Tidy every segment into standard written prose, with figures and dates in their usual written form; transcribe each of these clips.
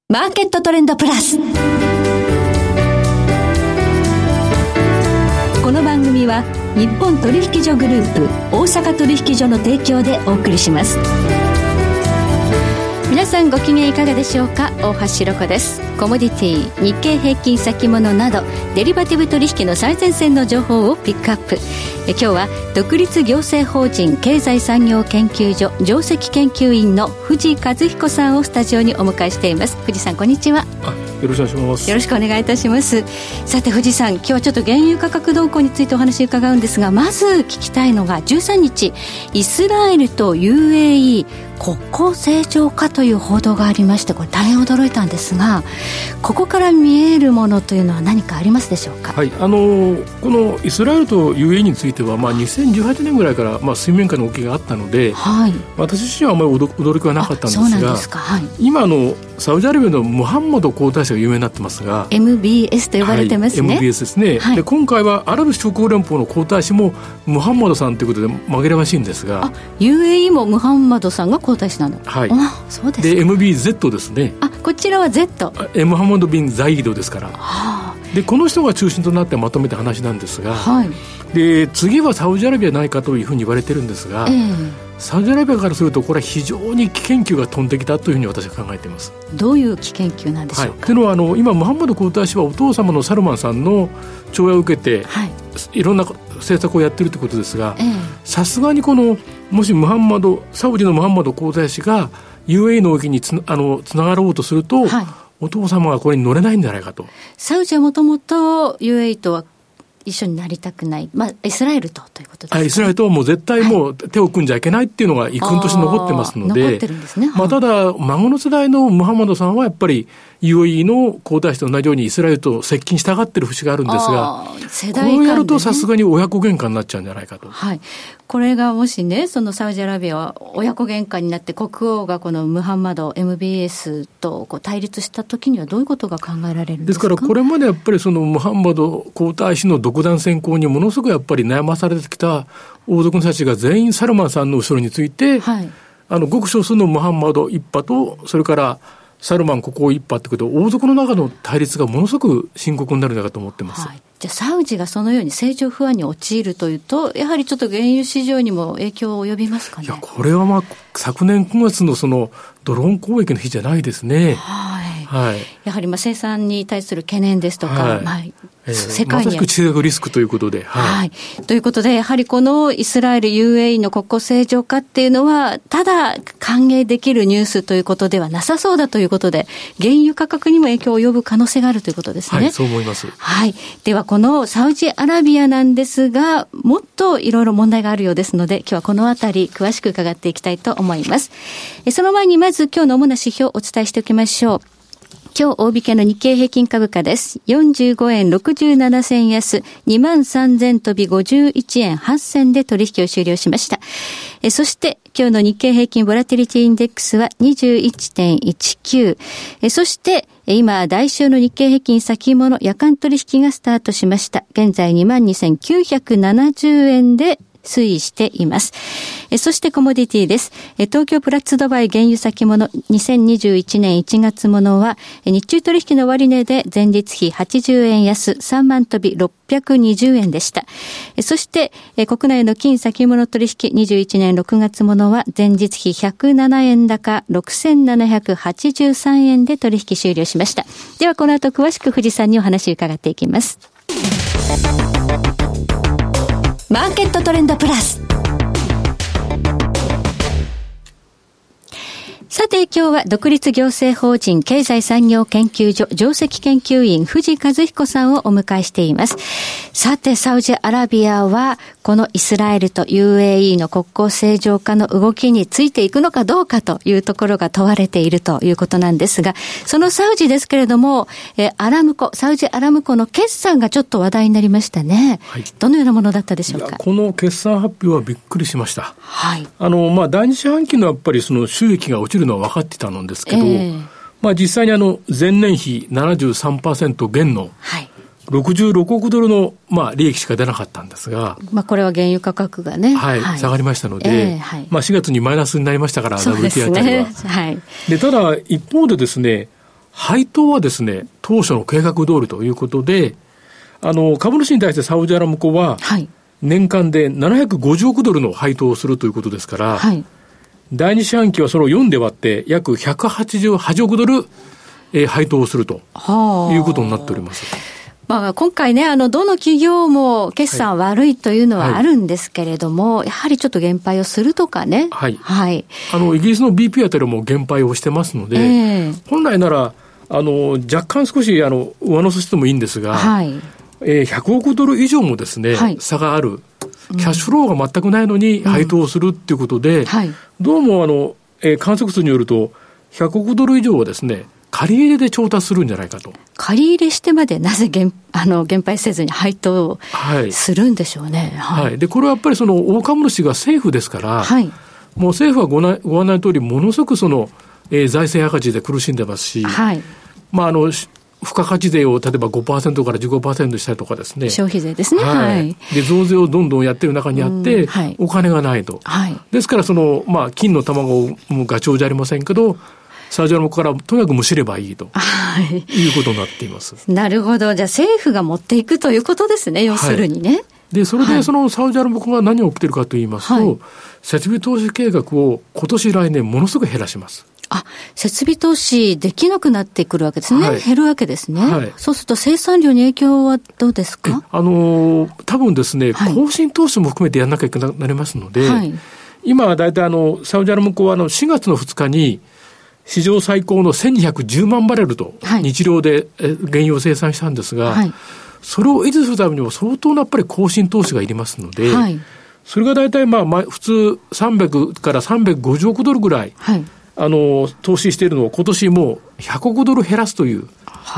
マーケットトレンドプラス。この番組は日本取引所グループ大阪取引所の提供でお送りします。皆さんご機嫌いかがでしょうか。大橋ロコです。コモディティ、日経平均先物などデリバティブ取引の最前線の情報をピックアップ。今日は独立行政法人経済産業研究所上席研究員の藤井和彦さんをスタジオにお迎えしています。藤井さん、こんにちは。 よろしくお願いします。 よろしくお願いいたします。さて藤井さん、今日はちょっと原油価格動向についてお話を伺うんですが、まず聞きたいのが13日イスラエルと UAE 国交正常化という報道がありまして、これ大変驚いたんですが、ここから見えるものというのは何かありますでしょうか。 はい、このイスラエルと UAE については、2018年ぐらいから、水面下の動きがあったので、はい、私自身はあまり驚きはなかったんですが、 そうなんですか。はい、 今サウジアラビアのムハンマド皇太子が有名になってますが、 MBS と呼ばれてますね。 はい、MBS ですね。はい、で今回はアラブ首長国連邦の皇太子もムハンマドさんということで紛らわしいんですが、 UAE もムハンマドさんが皇太子なの。 はい、 そうですか。 で MBZ ですね。 こちらは Z、 ムハンマド・ビン・ザイードですから、でこの人が中心となってまとめた話なんですが、はい、で次はサウジアラビアないかというふうに言われてるんですが、サウジアラビアからするとこれは非常に危険球が飛んできたというふうに私は考えています。 どういう危険球なんでしょうか。 というのは今ムハンマド皇太子はお父様のサルマンさんの寵愛を受けて、いろんな政策をやっているということですが、さすがにもしサウジのムハンマド皇太子が UAE の動きにつながろうとすると、お父様がこれに乗れないんじゃないかと。 サウジはもともと UAE とは一緒になりたくない、イスラエルということですか。 イスラエルとはもう絶対もう手を組んじゃいけないっていうのが遺訓として残ってますので、 残ってるんですね。 ただ孫の世代のムハンマドさんはやっぱり UAE の皇太子と同じようにイスラエルと接近したがってる節があるんですが、 世代間でね、 これをやるとさすがに親子喧嘩になっちゃうんじゃないかと。 はい、これがもしね、そのサウジアラビアは親子喧嘩になって国王がこのムハンマド MBS と対立した時にはどういうことが考えられるんですか。 ですからこれまでやっぱりそのムハンマド皇太子の独断専行にものすごくやっぱり悩まされてきた王族の人たちが全員サルマンさんの後ろについて、ごく少数のムハンマド一派とそれからサルマン国王一派ということで、王族の中の対立がものすごく深刻になるんだかと思ってます。 じゃあサウジがそのように政情不安に陥るというと、やはりちょっと原油市場にも影響を及びますかね。 これは昨年9月のそのドローン攻撃の日じゃないですね。 やはり生産に対する懸念ですとか、世界にまさしく地政学リスクということで、 ということで、やはりこのイスラエル UAE の国交正常化っていうのはただ歓迎できるニュースということではなさそうだということで、原油価格にも影響を及ぶ可能性があるということですね。 そう思います。 ではこのサウジアラビアなんですが、もっといろいろ問題があるようですので、今日はこのあたり詳しく伺っていきたいと思います。その前にまず今日の主な指標をお伝えしておきましょう。今日大引けの日経平均株価です。45円67銭安、23,000飛び51円8銭で取引を終了しました。そして今日の日経平均ボラティリティインデックスは 21.19。そして今来週の日経平均先物夜間取引がスタートしました。現在 22,970 円で推移しています。そしてコモディティです。東京プラッツドバイ原油先物2021年1月ものは日中取引の終値で前日比80円安3万飛び620円でした。そして国内の金先物取引21年6月ものは前日比107円高6783円で取引終了しました。ではこの後詳しく藤さんにお話を伺っていきます。マーケットトレンドプラス。さて今日は独立行政法人経済産業研究所上席研究員藤井和彦さんをお迎えしています。さてサウジアラビアはこのイスラエルと UAE の国交正常化の動きについていくのかどうかというところが問われているということなんですが、そのサウジですけれども、サウジアラムコの決算がちょっと話題になりましたね。どのようなものだったでしょうか。 この決算発表はびっくりしました。第二四半期のやっぱりその収益が落ちるのは分かってたんですけど、実際に前年比 73% 減の66億ドルの利益しか出なかったんですが、 これは原油価格がね、 下がりましたので、4月にマイナスになりましたから、 そうですね、 WTI あたりは。でただ一方でですね、 配当はですね、当初の計画通りということで、株主に対してサウジアラムコは、年間で750億ドルの配当をするということですから、はい、第2四半期はそれを4で割って約188億ドル、配当をするということになっております。 まあ、今回ね、どの企業も決算悪いというのはあるんですけれども、やはりちょっと減配をするとかね。はい。はい。 イギリスの BP あたりも減配をしてますので、本来なら、若干少し、上乗せしてもいいんですが、はい。100億ドル以上もですね、はい、差がある。キャッシュフローが全くないのに配当をするっていうことで、はい、どうも観測数によると、100億ドル以上はですね、借り入れで調達するんじゃないかと。 借り入れしてまでなぜ減配せずに配当するんでしょうね。 はい。はい、で、これはやっぱり大株主が政府ですから、はい、もう政府はご案内の通り、ものすごく財政赤字で苦しんでますし、はい。まあ、付加価値税を例えば 5% から 15% したりとかですね。 消費税ですね。 はい。はい、で、増税をどんどんやってる中にあって、はい、お金がないと。はい。ですからまあ、金の卵を産むガチョウじゃありませんけど、サウジアラムコからとにかくむしればいいと、はい、いうことになっています。 なるほど。じゃあ政府が持っていくということですね。要するにね。はい、 で、それでサウジアラムコが何が起きているかといいますと、はい、設備投資計画を今年来年ものすごく減らします。 設備投資できなくなってくるわけですね。はい、減るわけですね。はい、そうすると生産量に影響はどうですか？ 多分ですね、はい、更新投資も含めてやらなきゃいけなくなりますので、はい、今はだいたいサウジアラムコは4月の2日に史上最高の1210万バレルと日量で原油を生産したんですが、はい、それを維持するためにも相当なやっぱり更新投資がいりますので、はい、それがだいたい普通300から350億ドルぐらい、はい、投資しているのを今年もう100億ドル減らすという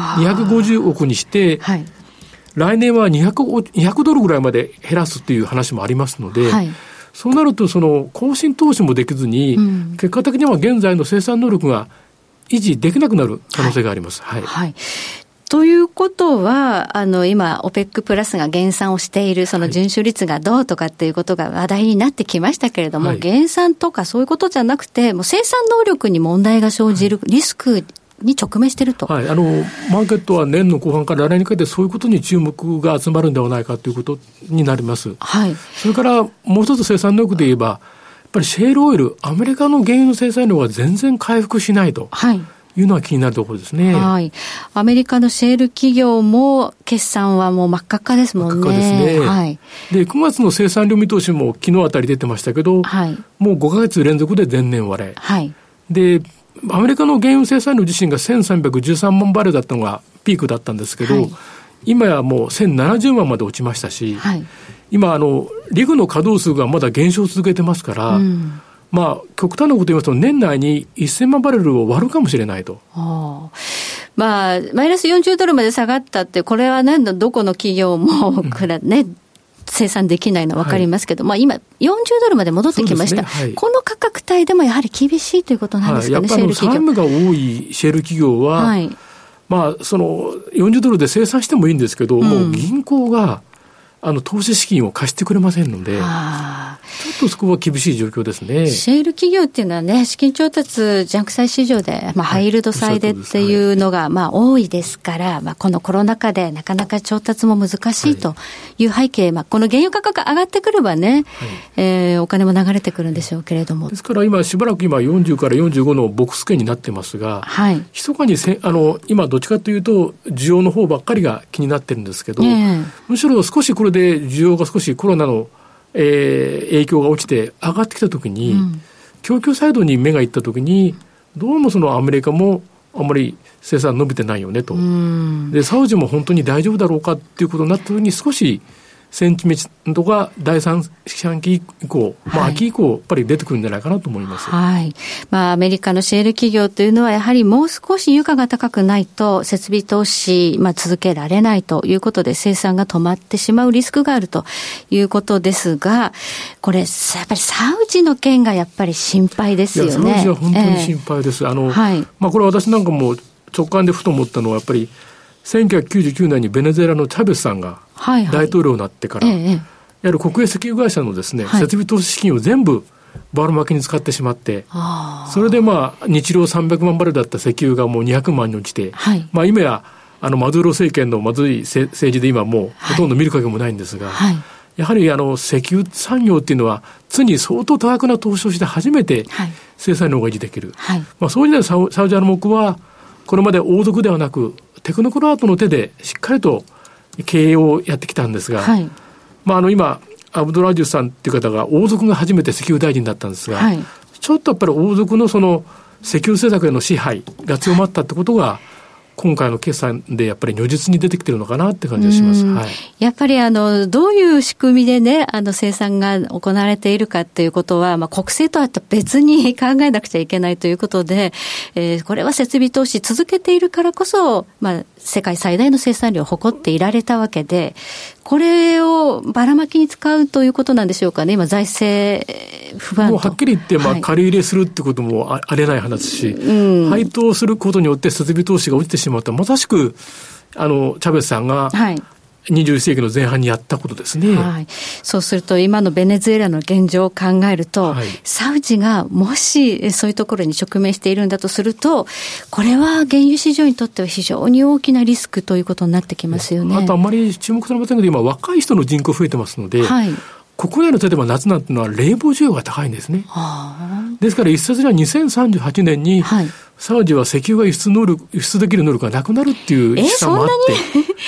250億にして、はい、来年は200ドルぐらいまで減らすという話もありますので、はい、そうなると更新投資もできずに、結果的には現在の生産能力が維持できなくなる可能性があります。はい。はい。 ということは、今、OPEC プラスが減産をしている、その遵守率がどうとかっていうことが話題になってきましたけれども、はい、減産とかそういうことじゃなくて、もう生産能力に問題が生じるリスクに直面していると。はい。マーケットは年の後半から来年にかけてそういうことに注目が集まるんではないかということになります。はい。それから、もう一つ生産能力で言えば、やっぱりシェールオイル、アメリカの原油の生産量は全然回復しないと。はい。いうのは気になるところですね。はい。 アメリカのシェール企業も決算はもう真っ赤っかですもんね。真っ赤ですね。はい。 で、9月の生産量見通しも昨日あたり出てましたけど、はい、もう5ヶ月連続で前年割れ。はい。で、アメリカの原油生産量自身が1313万バレルだったのがピークだったんですけど、はい、今やもう1070万まで落ちましたし、はい、今リグの稼働数がまだ減少を続けてますから、まあ、極端なこと言いますと、年内に1000万バレルを割るかもしれないと。 まあ、マイナス40ドルまで下がったって、これはね、どこの企業もね、生産できないのは分かりますけど、はい、まあ今、40ドルまで戻ってきました、ね。はい、この価格帯でもやはり厳しいということなんですかね、 はい、やっぱり債務が多いシェール企業は、はい、まあ、40ドルで生産してもいいんですけど、もう銀行が、投資資金を貸してくれませんので、ちょっとそこは厳しい状況ですね。 シェール企業っていうのはね、資金調達、ジャンク債市場で、ハイイールド債でっていうのが、多いですから、このコロナ禍でなかなか調達も難しいという背景、この原油価格が上がってくればね、お金も流れてくるんでしょうけれども。 ですからしばらく今40から45のボックス圏になってますが、はい、密かに今どっちかというと、需要の方ばっかりが気になってるんですけど、むしろ少しこれで需要が少しコロナの影響が落ちて上がってきたときに、供給サイドに目がいったときに、どうもアメリカもあんまり生産伸びてないよねと。で、サウジも本当に大丈夫だろうかっていうことになったときに、少しセンチメントが第3四半期以降、秋以降やっぱり出てくるんじゃないかなと思います。 はい。アメリカのシェール企業というのはやはりもう少し油価が高くないと設備投資、続けられないということで生産が止まってしまうリスクがあるということですが、これやっぱりサウジの件がやっぱり心配ですよね。 サウジは本当に心配です。はい。これ私なんかも直感でふと思ったのはやっぱり1999年にベネズエラのチャベスさんが大統領になってから、やはり国営石油会社のですね、設備投資資金を全部ばらまきに使ってしまって、それで日量300万バレルだった石油がもう200万に落ちて、はい、今やマドゥーロ政権のまずい政治で今もうほとんど見る影もないんですが、はい、やはり石油産業っていうのは常に相当多額な投資をして初めて生産量が維持できる、はい、そういう意味でサウジアラモクはこれまで王族ではなくテクノクラートの手でしっかりと経営をやってきたんですが、はい、今アブドラジュさんっていう方が王族が初めて石油大臣だったんですが、はい、ちょっとやっぱり王族のその石油政策への支配が強まったってことが、はい、今回の決算でやっぱり如実に出てきてるのかなって感じがします。はい、 やっぱりどういう仕組みでね、生産が行われているかっていうことは、国政とは別に考えなくちゃいけないということで、これは設備投資続けているからこそ、世界最大の生産量を誇っていられたわけで、これをばらまきに使うということなんでしょうかね。今財政不安と。 もうはっきり言って、借り入れするってこともありえない話し、配当することによって設備投資が落ちてしまった。まさしく、チャベスさんが、21世紀の前半にやったことですね。 はい、そうすると今のベネズエラの現状を考えると、はい、サウジがもしそういうところに直面しているんだとすると、これは原油市場にとっては非常に大きなリスクということになってきますよね。 あとあんまり注目されませんけど、今若い人の人口増えてますので、はい、国内の例えば夏なんてのは冷房需要が高いんですね。ですから一説には2038年に、はい、サウジは石油が輸出できる能力がなくなるっていう試算もあって。 そんなに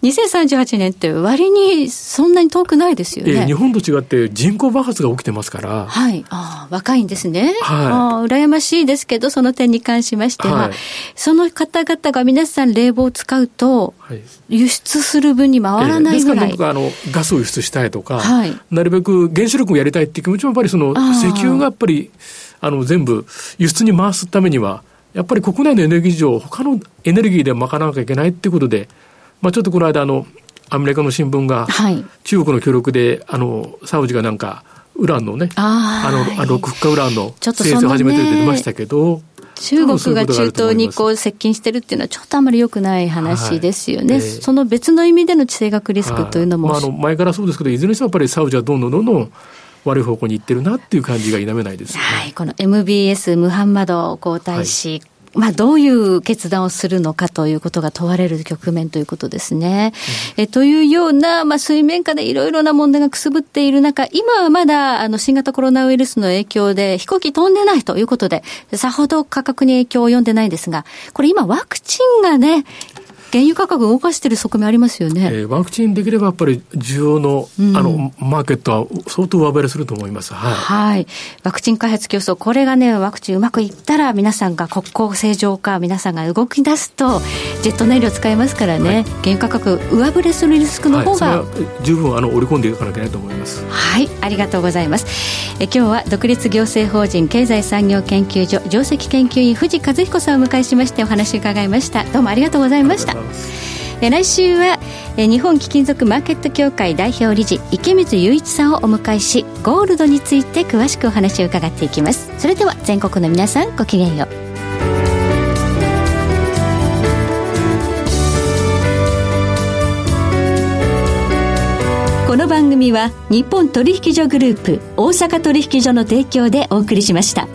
2038年って割にそんなに遠くないですよね。 日本と違って人口爆発が起きてますから。 はい。若いんですね。はい。羨ましいですけど、その点に関しましては、はい、その方々が皆さん冷房を使うと、はい、輸出する分に回らないぐらい。 ですから僕はガスを輸出したいとか、はい、なるべく原子力をやりたいっていう気持ちもやっぱりその石油がやっぱり全部輸出に回すためには、やっぱり国内のエネルギー上、他のエネルギーで賄わなきゃいけないっていうことで、ちょっとこの間アメリカの新聞が、はい、中国の協力でサウジがなんかウランのね、フッ化ウランの生成を始めてるって出ましたけど、 中国が中東に接近してるっていうのはちょっとあまり良くない話ですよね。はい、その別の意味での地政学リスクというのも、 前からそうですけど、いずれにしてもやっぱりサウジはどんどん悪い方向に行ってるなっていう感じが否めないですね。 はい、この MBS ムハンマド皇太子、はい、どういう決断をするのかということが問われる局面ということですね。というような、水面下でいろいろな問題がくすぶっている中、今はまだ新型コロナウイルスの影響で飛行機飛んでないということで、さほど価格に影響を及んでないですが、これ今ワクチンがね、原油価格を動かしている側面ありますよね。 ワクチンできればやっぱり需要の、マーケットは相当上振れすると思います。はい。はい。 ワクチン開発競争、これがね、ワクチンうまくいったら皆さんが国交正常化、皆さんが動き出すと、ジェット燃料使えますからね、はい、原油価格上振れするリスクの方が、 はい、それは十分織り込んでいかなきゃいけないと思います。 はい。ありがとうございます。今日は独立行政法人経済産業研究所上席研究員藤和彦さんをお迎えしましてお話を伺いました。どうもありがとうございました。来週は日本貴金属マーケット協会代表理事池水雄一さんをお迎えし、ゴールドについて詳しくお話を伺っていきます。それでは全国の皆さんごきげんよう。この番組は日本取引所グループ大阪取引所の提供でお送りしました。